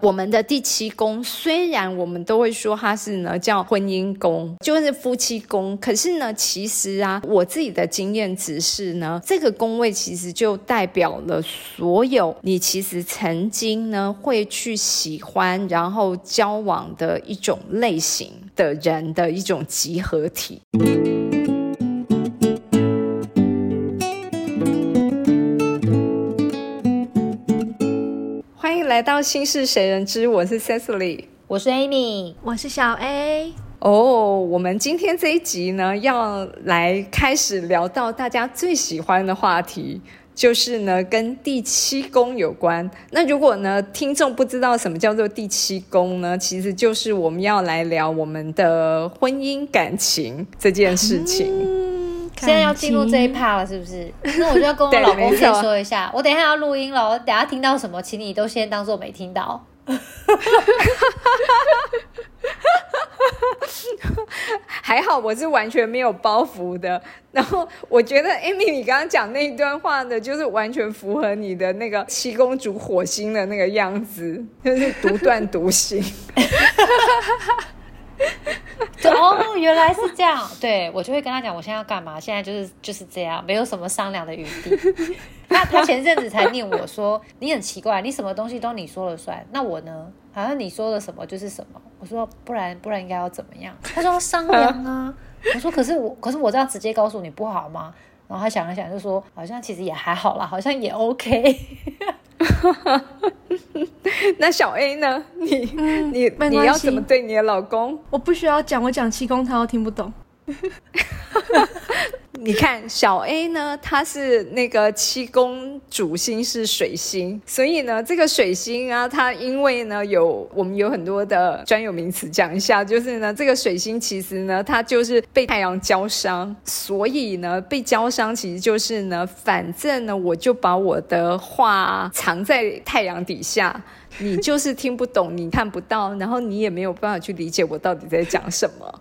我们的第七宫虽然我们都会说它是呢叫婚姻宫，就是夫妻宫，可是呢其实啊我自己的经验值是呢，这个宫位其实就代表了所有你其实曾经呢会去喜欢然后交往的一种类型的人的一种集合体。欢迎来到心事谁人知，我是 Cecily， 我是 Amy， 我是小 A。 我们今天这一集呢，要来开始聊到大家最喜欢的话题，就是呢跟第七宫有关。那如果呢听众不知道什么叫做第七宫呢，其实就是我们要来聊我们的婚姻感情这件事情。 现在要进入这一 part 了，是不是？那我就要跟我老公先说一下，我等一下要录音了，我等一下听到什么，请你都先当作没听到。 还好我是完全没有包袱的，然后我觉得 Amy 你刚刚讲那一段话呢，就是完全符合你的那个七公主火星的那个样子，就是独断独行。 哦，原来是这样。对，我就会跟他讲我现在要干嘛，现在就是这样，没有什么商量的余地。他前阵子才念我说你很奇怪，你什么东西都你说了算，那我呢好像你说了什么就是什么。我说不然应该要怎么样？他说商量啊。我说可是我这样直接告诉你不好吗？然后他想了想就说好像其实也还好啦，好像也 OK。 那小 A 呢？你要怎么对你的老公？ 我不需要讲，我讲七宫他都听不懂。 你看小 A 呢，他是那个七宫主星是水星，所以呢这个水星啊，它因为呢我们有很多的专有名词讲一下，就是呢这个水星其实呢它就是被太阳交伤，所以呢被交伤其实就是呢反正呢我就把我的话藏在太阳底下，你就是听不懂，你看不到，然后你也没有办法去理解我到底在讲什么。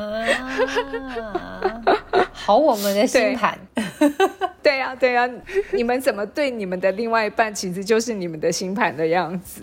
好，我们的星盘。 对啊，你们怎么对你们的另外一半，其实就是你们的星盘的样子。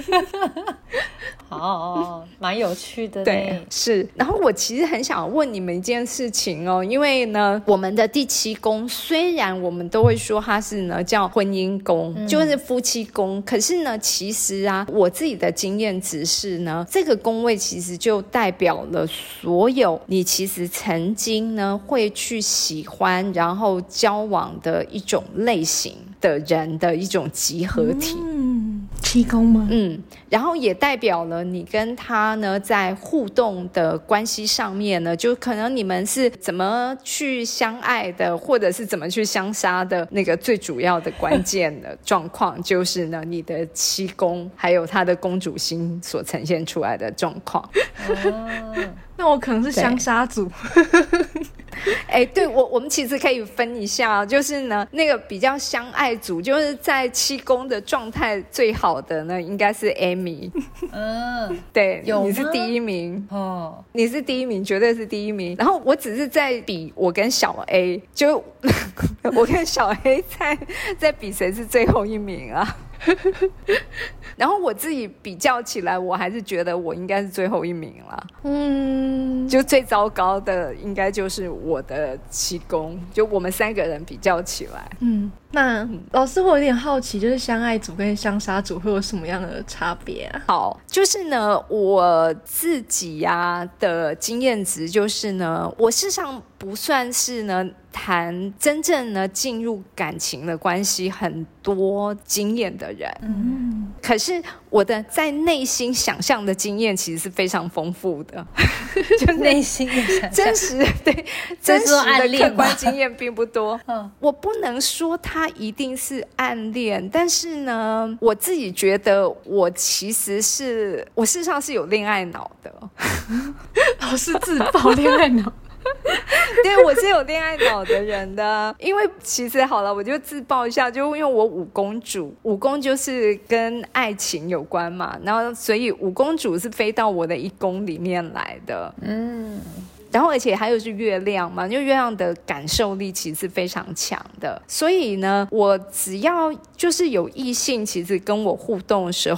好，蛮有趣的。 对，是。然后我其实很想问你们一件事情哦，因为呢，我们的第七宫虽然我们都会说它是呢叫婚姻宫，就是夫妻宫，可是呢，其实啊，我自己的经验值是呢，这个宫位其实就代表了所有你其实曾经呢会去喜欢然后交往的一种类型的人的一种集合体。 七宫吗？ 然后也代表了你跟他呢在互动的关系上面呢，就可能你们是怎么去相爱的，或者是怎么去相杀的，那个最主要的关键的状况就是呢你的七宫还有他的公主星所呈现出来的状况。 那我可能是相杀组。 对，我们其实可以分一下，就是呢那个比较相爱组，就是在七宫的状态最好的呢应该是 Amy。对，你是第一名。你是第一名，绝对是第一名。然后我只是在比我跟小 A， 就我跟小 A 在比谁是最后一名啊。然后我自己比较起来，我还是觉得我应该是最后一名啦。就最糟糕的应该就是我的七宫，就我们三个人比较起来。 那老师我有点好奇，就是相爱组跟相杀组会有什么样的差别啊？ 好，就是呢我自己的经验值就是呢，我事实上不算是呢谈真正呢进入感情的关系很多经验的人。可是我的在内心想象的经验其实是非常丰富的。 就内心的想象， 真实的客观经验并不多。我不能说它一定是暗恋，但是呢我自己觉得我其实我事实上是有恋爱脑的。 老师自爆恋爱脑。 对，我是有恋爱脑的人的。因为其实好了，我就自爆一下，就因为我五宫主，五宫就是跟爱情有关嘛，然后所以五宫主是飞到我的一宫里面来的。然后而且还有是月亮嘛，因为月亮的感受力其实是非常强的，所以呢我只要就是有异性其实跟我互动的时候，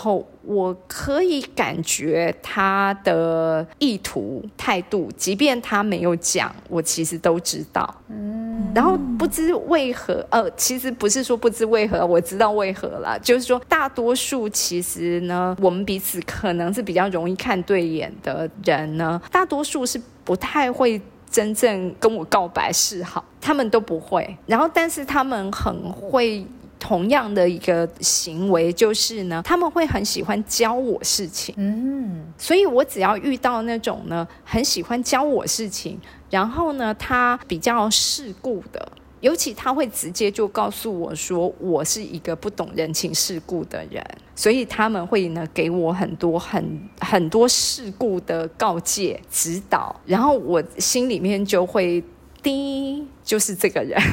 我可以感觉他的意图态度，即便他没有讲，我其实都知道。然后不知为何其实不是说不知为何，我知道为何啦，就是说大多数其实呢，我们彼此可能是比较容易看对眼的人呢，大多数是不太会真正跟我告白示好，他们都不会。然后但是他们很会同样的一个行为，就是呢，他们会很喜欢教我事情。所以我只要遇到那种呢很喜欢教我事情，然后呢他比较世故的，尤其他会直接就告诉我说我是一个不懂人情世故的人，所以他们会呢给我很多世故的告诫指导，然后我心里面就会就是这个人。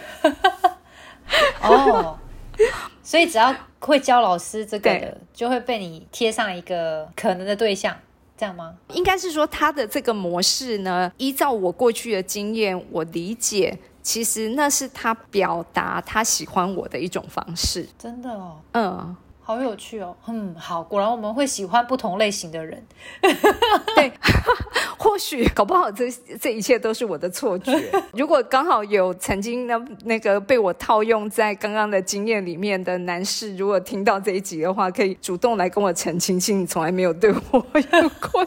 哦，所以只要会教老师这个的，就会被你贴上一个可能的对象，这样吗？ 应该是说他的这个模式呢，依照我过去的经验，我理解其实那是他表达他喜欢我的一种方式。 真的哦。 好有趣哦。好，果然我们会喜欢不同类型的人。 对，或许搞不好这一切都是我的错觉。如果刚好有曾经那个被我套用在刚刚的经验里面的男士，如果听到这一集的话，可以主动来跟我澄清，其实你从来没有对我有过。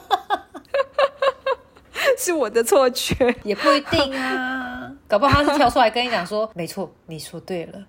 是我的错觉。 也不一定啊，搞不好他是跳出来跟你讲说没错，你说对了。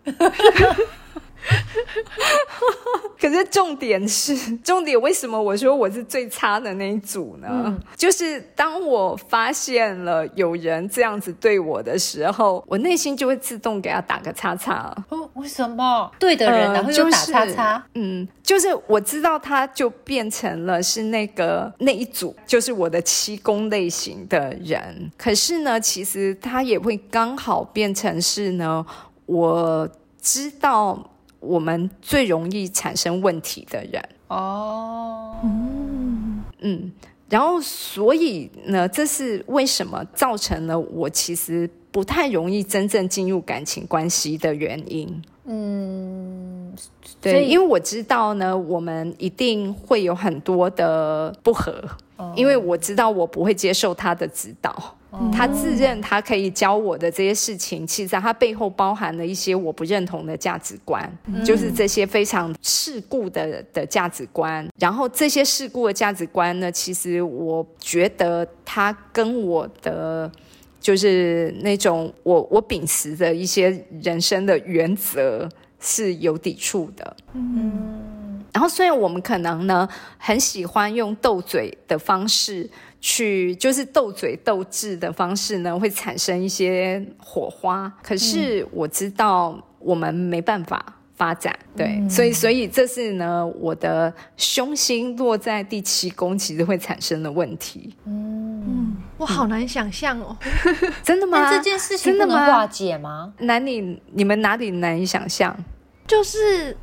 可是重点为什么我说我是最差的那一组呢？就是当我发现了有人这样子对我的时候，我内心就会自动给他打个叉叉。 为什么？对的人然后又打叉叉？ 就是我知道他就变成了是那一组，就是我的七公类型的人。可是呢，其实他也会刚好变成是呢，我知道我们最容易产生问题的人。然后所以呢，这是为什么造成了我其实不太容易真正进入感情关系的原因。对，因为我知道呢，我们一定会有很多的不合，因为我知道我不会接受他的指导。他自认他可以教我的这些事情，其实他背后包含了一些我不认同的价值观，就是这些非常世故的价值观。然后这些世故的价值观呢，其实我觉得他跟我的就是那种我秉持的一些人生的原则是有抵触的。然后虽然我们可能呢很喜欢用斗嘴的方式去，就是斗嘴斗智的方式呢会产生一些火花，可是我知道我们没办法发展。对，所以这是呢我的凶星落在第七宫其实会产生的问题。 我好难想象哦。 真的吗？ 但这件事情不能化解吗？ 你们哪里难以想象？ 就是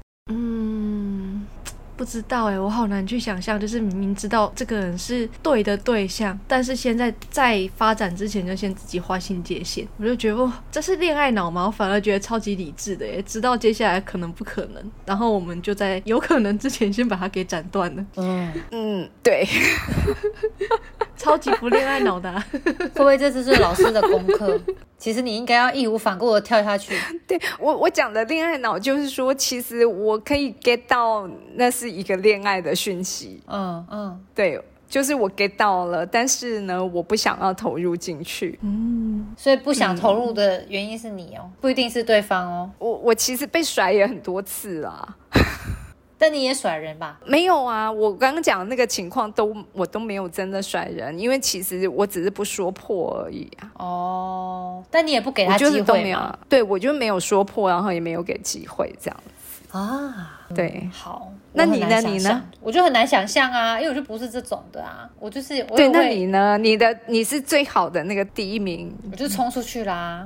不知道我好难去想象，就是明明知道这个人是对的对象，但是现在在发展之前就先自己划清界限。我就觉得这是恋爱脑吗？我反而觉得超级理智的耶，知道接下来可能不可能，然后我们就在有可能之前先把它给斩断了。 对。 超级不恋爱脑的会不会这就是老师的功课？其实你应该要义无反顾的跳下去。 对，我讲的恋爱脑就是说，其实我可以 get 到那是一个恋爱的讯息。对，就是我 get 到了，但是呢我不想要投入进去。 所以不想投入的原因是你不一定是对方哦。 我其实被甩也很多次啦。 但你也甩人吧？ 没有啊，我刚刚讲的那个情况我都没有真的甩人，因为其实我只是不说破而已啊。 但你也不给他机会嘛？ 对，我就没有说破，然后也没有给机会这样子啊。 对， 好， 那你呢？ 我就很难想象啊，因为我就不是这种的啊，我就是对。那你呢？你是最好的那个第一名， 我就冲出去啦。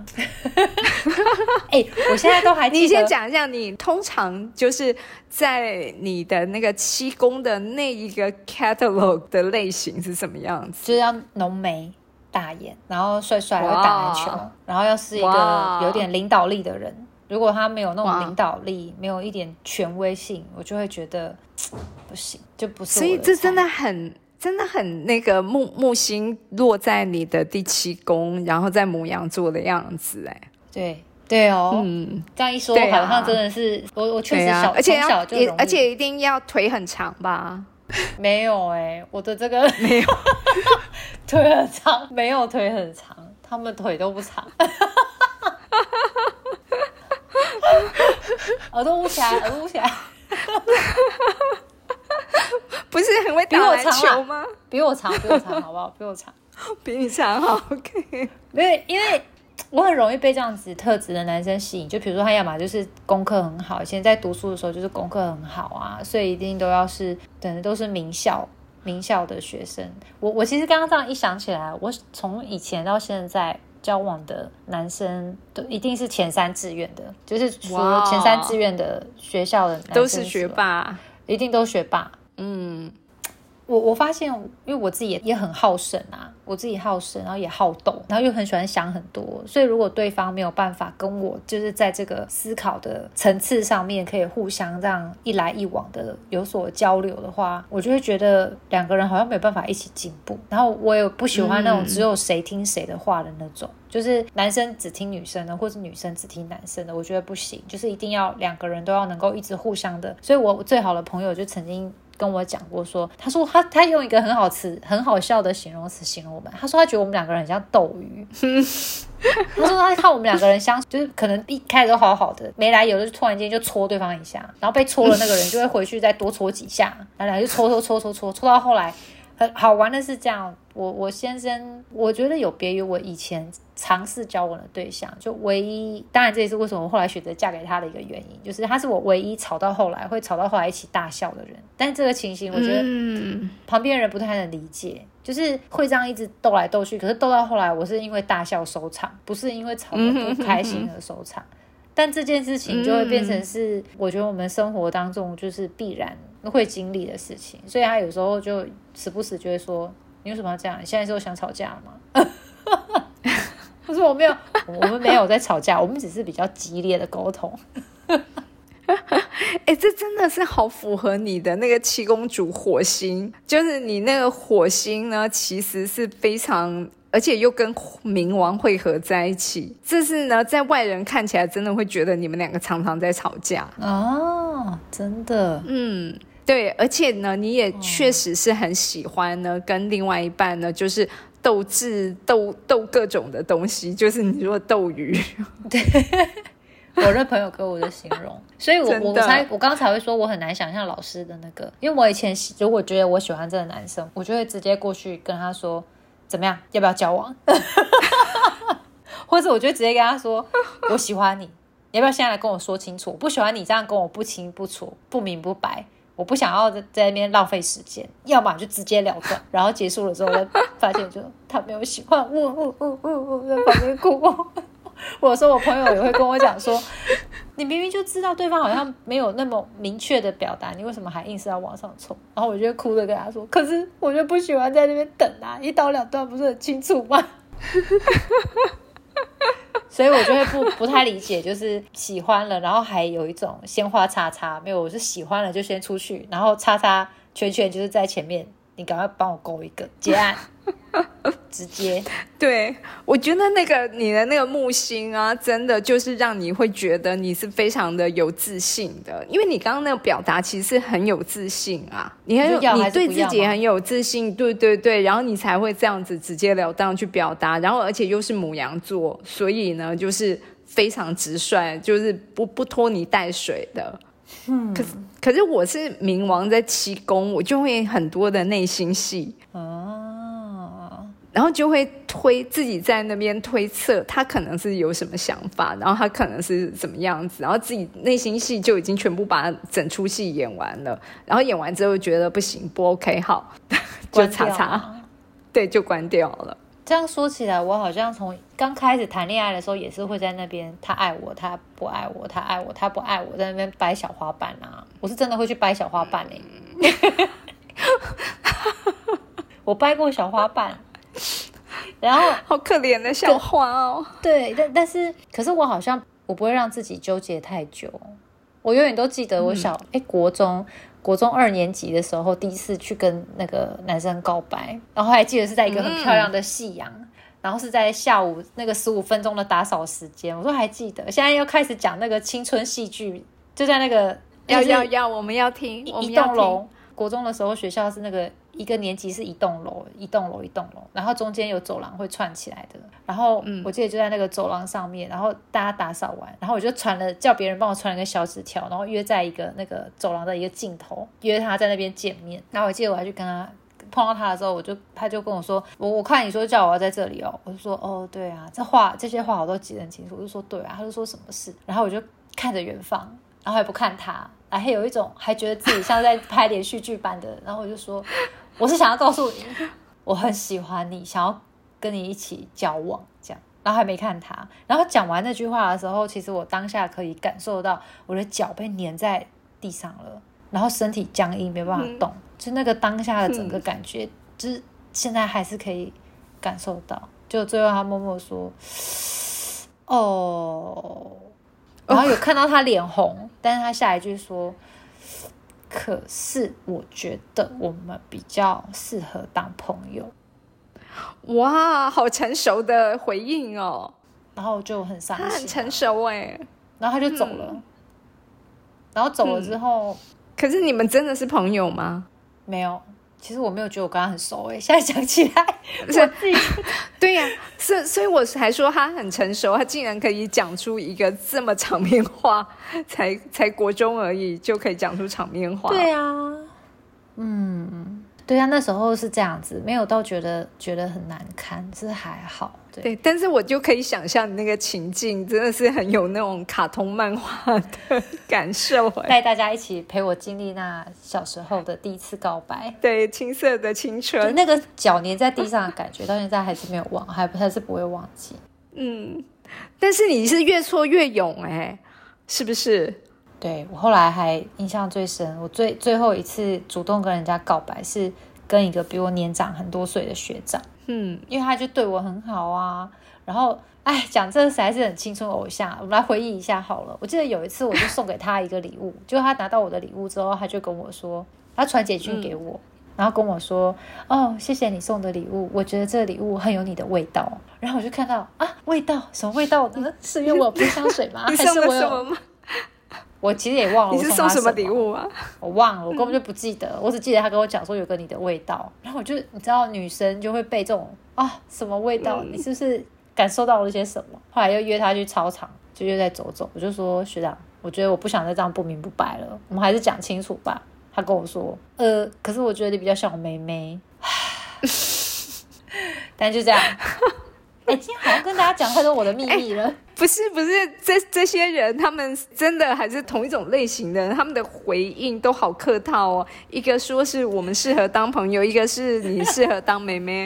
我现在都还记得。 你先讲一下，你通常就是在你的那个七宫的那一个 catalog 的类型是什么样子？ 就是要浓眉大眼，然后帅帅会打篮球，然后要是一个有点领导力的人。 如果他没有那种领导力，没有一点权威性，我就会觉得不行，就不是我的菜。所以这真的很那个木星落在你的第7宫，然后在牡羊座的样子。 对哦，这样一说，好像真的是我确实从小就容易， 而且一定要腿很长吧？ 没有我的这个没有腿很长，没有腿很长，他们腿都不长。耳朵捂起来， 不是很会打篮球吗？ 比我长好不好？比我长， 比你长好 OK。 因为我很容易被这样子特质的男生吸引，就比如说他要么就是功课很好，以前在读书的时候就是功课很好啊，所以一定都要是等的都是名校的学生。我其实刚刚这样一想起来，我从以前到现在交往的男生都一定是前3志愿的，就是除了前3志愿的学校的男生都是学霸， 一定都学霸。我发现，因为我自己也很好胜啊，我自己好胜，然后也好斗，然后又很喜欢想很多，所以如果对方没有办法跟我就是在这个思考的层次上面可以互相这样一来一往的有所交流的话，我就会觉得两个人好像没有办法一起进步。然后我也不喜欢那种只有谁听谁的话的那种，就是男生只听女生的，或是女生只听男生的，我觉得不行，就是一定要两个人都要能够一直互相的。所以我最好的朋友就曾经跟我讲过说，他说他用一个很好笑的形容词形容我们，他说他觉得我们两个人很像斗鱼。他说他看我们两个人就是可能一开始都好好的，没来由就突然间就戳对方一下，然后被戳了那个人就会回去再多戳几下，然后两个就戳到后来。很好玩的是这样，我先生我觉得有别于我以前尝试交往的对象，就唯一，当然这也是为什么我后来选择嫁给他的一个原因，就是他是我唯一吵到后来一起大笑的人。但这个情形我觉得旁边人不太能理解，就是会这样一直斗来斗去，可是斗到后来我是因为大笑收场，不是因为吵得不开心而收场。但这件事情就会变成是我觉得我们生活当中就是必然会经历的事情，所以他有时候就时不时就会说，你为什么要这样？你现在是想吵架吗？可是我们没有在吵架，我们只是比较激烈的沟通。 这真的是好符合你的那个7公主火星，就是你那个火星呢其实是非常，而且又跟冥王汇合在一起，这是呢在外人看起来真的会觉得你们两个常常在吵架哦，真的。 对，而且呢你也确实是很喜欢呢跟另外一半呢就是斗智斗各种的东西，就是你说斗鱼。 对，我的朋友给我的形容，所以我刚才会说我很难想象老师的那个，因为我以前如果觉得我喜欢这个男生，我就会直接过去跟他说怎么样，要不要交往？或者我就直接跟他说我喜欢你，要不要现在来跟我说清楚？我不喜欢你这样跟我不清不楚、不明不白，我不想要在那边浪费时间，要么就直截了当，然后结束了之后发现就他没有喜欢我，在旁边哭。我说我朋友也会跟我讲说，你明明就知道对方好像没有那么明确的表达，你为什么还硬是要往上冲？然后我就哭着跟他说，可是我就不喜欢在那边等啊，一刀两断不是很清楚吗？所以我就会不太理解，就是喜欢了，然后还有一种鲜花叉叉，没有，我是喜欢了就先出去，然后叉叉圈圈就是在前面，你赶快帮我勾一个结案。直接。 对，我觉得那个你的那个木星啊，真的就是让你会觉得你是非常的有自信的，因为你刚刚那个表达其实是很有自信啊，你对自己很有自信，对对对，然后你才会这样子直截了当去表达，然后而且又是牡羊座，所以呢就是非常直率，就是不拖泥带水的。可是我是冥王在7宫，我就会很多的内心戏然后就会自己在那边推测他可能是有什么想法，然后他可能是怎么样子，然后自己内心戏就已经全部把整出戏演完了，然后演完之后觉得不行不 OK 好就叉叉，对，就关掉了。 这样说起来，我好像从刚开始谈恋爱的时候也是会在那边他爱我他不爱我，他爱我他不爱我，在那边掰小花瓣啊，我是真的会去掰小花瓣我掰过小花瓣，然后好可怜的小花哦。 对，但是可是我好像我不会让自己纠结太久。我永远都记得我国中2年级的时候第一次去跟那个男生告白，然后还记得是在一个很漂亮的夕阳，然后是在下午那个15分钟的打扫时间，我都还记得。现在要开始讲那个青春戏剧，就在那个我们要听一栋楼。国中的时候学校是那个一个年级是一栋楼，然后中间有走廊会串起来的，然后我记得就在那个走廊上面，然后大家打扫完，然后我就叫别人帮我传了个小纸条，然后约在一个那个走廊的一个尽头，约他在那边见面。然后我记得我还去跟他碰到他的时候，他就跟我说，我看你说叫我要在这里哦，我就说哦对啊，这些话我都记得很清楚，我就说对啊，他就说什么事，然后我就看着远方，然后还不看他，还有一种还觉得自己像在拍连续剧般的，然后我就说我是想要告诉你我很喜欢你，想要跟你一起交往这样，然后还没看他。然后讲完那句话的时候，其实我当下可以感受到我的脚被粘在地上了，然后身体僵硬没办法动，就那个当下的整个感觉，就是现在还是可以感受到。就最后他默默说哦，然后有看到他脸红，但是他下一句说可是我觉得我们比较适合当朋友。 哇，好成熟的回应哦。 然后就很伤心， 他很成熟耶。 然后他就走了，然后走了之后， 可是你们真的是朋友吗？ 没有，其实我没有觉得我跟他很熟耶，现在想起来我自己对呀，所以我还说他很成熟，他竟然可以讲出一个这么场面话，才国中而已就可以讲出场面话。 对啊，对啊，那时候是这样子，没有到觉得很难堪，是还好。 对，但是我就可以想象你那个情境真的是很有那种卡通漫画的感受， 带大家一起陪我经历那小时候的第一次告白。 对，青涩的青春， 那个脚粘在地上的感觉到现在还是没有忘，还是不会忘记。 但是你是越挫越勇是不是？ 对，我后来还印象最深，我最后一次主动跟人家告白是跟一个比我年长很多岁的学长，因为他就对我很好啊。然后讲这个实在是很青春偶像，我们来回忆一下好了。我记得有一次我就送给他一个礼物，就他拿到我的礼物之后，他就跟我说，他传简讯给我，然后跟我说哦，谢谢你送的礼物，我觉得这个礼物很有你的味道。然后我就看到味道，什么味道呢？是因为我有喷香水吗？ 还是我有什么吗？ 我其实也忘了你是送什么礼物啊？ 我忘了，我根本就不记得，我只记得他跟我讲说有个你的味道，然后我就你知道女生就会被这种什么味道，你是不是感受到了些什么？后来又约他去操场，就又在走走，我就说学长，我觉得我不想再这样不明不白了，我们还是讲清楚吧。他跟我说可是我觉得你比较像我妹妹但就这样今天好像跟大家讲太多我的秘密了。 不是，这些人他们真的还是同一种类型的人，他们的回应都好客套哦。一个说是我们适合当朋友，一个是你适合当妹妹。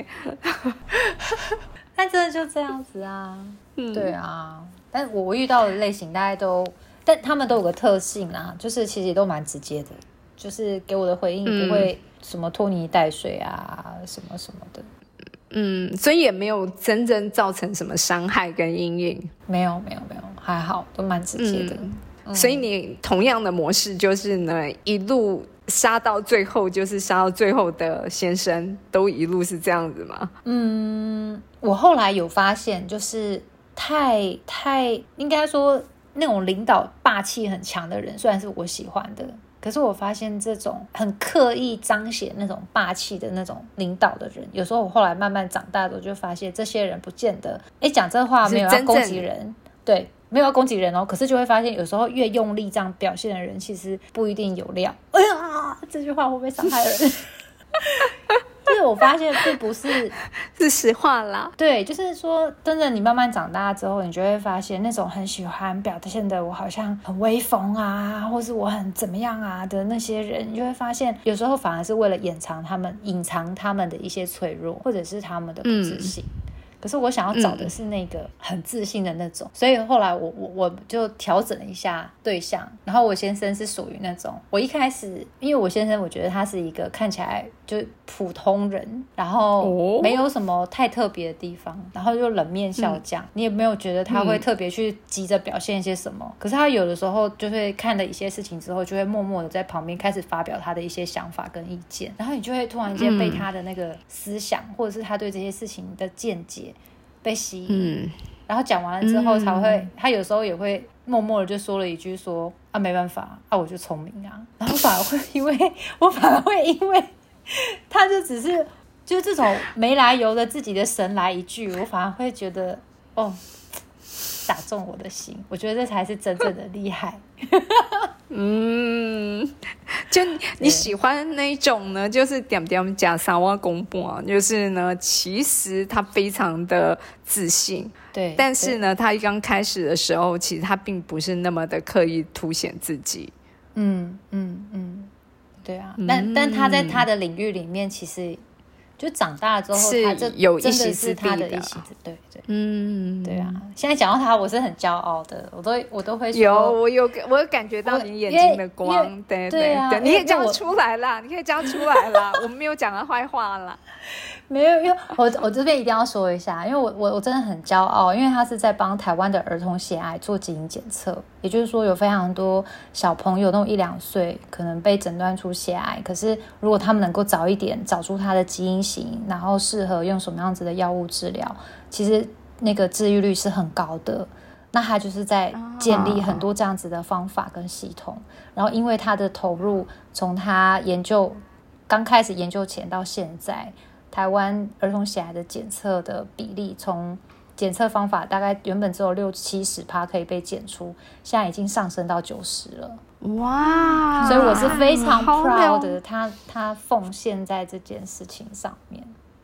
但真的就这样子啊，对啊。但我遇到的类型大概都，但他们都有个特性啊，就是其实也都蛮直接的，就是给我的回应不会什么拖泥带水啊，什么什么的。 所以也没有真正造成什么伤害跟阴影。 没有，还好，都蛮直接的。 所以你同样的模式就是呢，一路杀到最后，就是杀到最后的先生都一路是这样子吗？ 我后来有发现，就是太应该说那种领导霸气很强的人，虽然是我喜欢的。可是我发现这种很刻意彰显那种霸气的那种领导的人，有时候我后来慢慢长大的，我就发现这些人不见得讲这话没有要攻击人，对，没有要攻击人哦。可是就会发现有时候越用力这样表现的人，其实不一定有料。这句话会不会伤害人？就是我发现并不是实话啦。 对，就是说真的你慢慢长大之后，你就会发现那种很喜欢表现的我好像很威风啊，或是我很怎么样啊的那些人，你就会发现有时候反而是为了隐藏他们的一些脆弱，或者是他们的不自信。 可是我想要找的是那个很自信的那种，所以后来我就调整了一下对象，然后我先生是属于那种，我一开始因为我先生我觉得他是一个看起来就普通人，然后没有什么太特别的地方，然后就冷面笑匠，你也没有觉得他会特别去急着表现一些什么，可是他有的时候就会看了一些事情之后，就会默默的在旁边开始发表他的一些想法跟意见，然后你就会突然间被他的那个思想，或者是他对这些事情的见解被吸引，然后讲完了之后才会，他有时候也会默默的就说了一句说啊没办法啊我就聪明啊，然后反而会因为他就只是就这种没来由的自己的神来一句，我反而会觉得哦打中我的心，我觉得这才是真正的厉害。 就你喜欢那一种呢，就是点点加三万公布，就是呢其实他非常的自信， 对， 但是呢他一刚开始的时候其实他并不是那么的刻意凸显自己， 对啊，但他在他的领域里面其实就长大了之后他这有真的是他的一席之地，对啊，现在讲到他我是很骄傲的，我都会说我有感觉到你眼睛的光，对啊， 你可以讲出来啦，你可以讲出来啦，我们没有讲他坏话啦。 没有，因为我这边一定要说一下，因为我真的很骄傲，因为他是在帮台湾的儿童血癌做基因检测，也就是说有非常多小朋友那种1-2岁可能被诊断出血癌，可是如果他们能够早一点找出他的基因型，然后适合用什么样子的药物治疗，其实那个治愈率是很高的。那他就是在建立很多这样子的方法跟系统，然后因为他的投入，从他刚开始研究前到现在，台湾儿童血癌的检测的比例，从检测方法大概原本只有60-70%可以被检出，现在已经上升到90%了。 哇！ 所以我是非常 proud 的，他奉献在这件事情上面。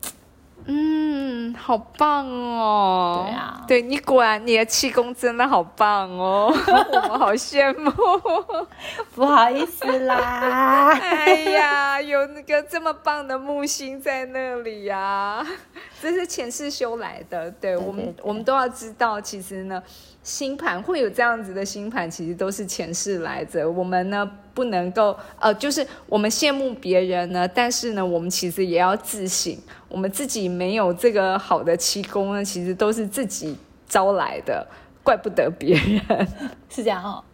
好棒哦！ 对啊， 对，你果然你的气功真的好棒哦，我们好羡慕。 不好意思啦， 哎呀，有那个这么棒的木星在那里呀，这是前世修来的。对，我们都要知道，其实呢，星盘会有这样子的星盘，其实都是前世来着。我们呢不能够就是我们羡慕别人呢，但是呢，我们其实也要自省，我们自己没有这个好的气功呢，其实都是自己招来的，怪不得别人。 是这样哦。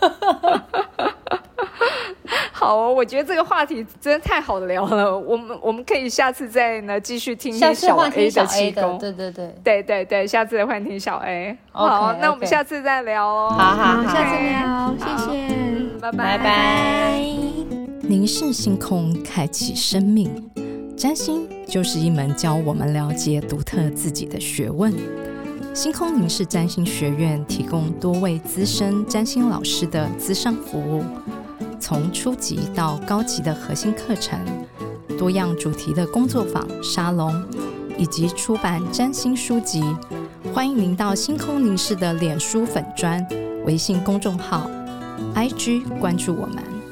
好哦，我觉得这个话题真的太好聊了，我们可以下次再呢继续听听小 A 的气功，对，下次再换听小 A。好，那我们下次再聊哦。 好，下次聊，谢谢， 拜拜。 凝视星空，开启生命。占星就是一门教我们了解独特自己的学问。星空凝视占星学院提供多位资深占星老师的咨商服务，从初级到高级的核心课程，多样主题的工作坊、沙龙，以及出版占星书籍。欢迎您到星空凝视的脸书粉专、微信公众号、IG 关注我们。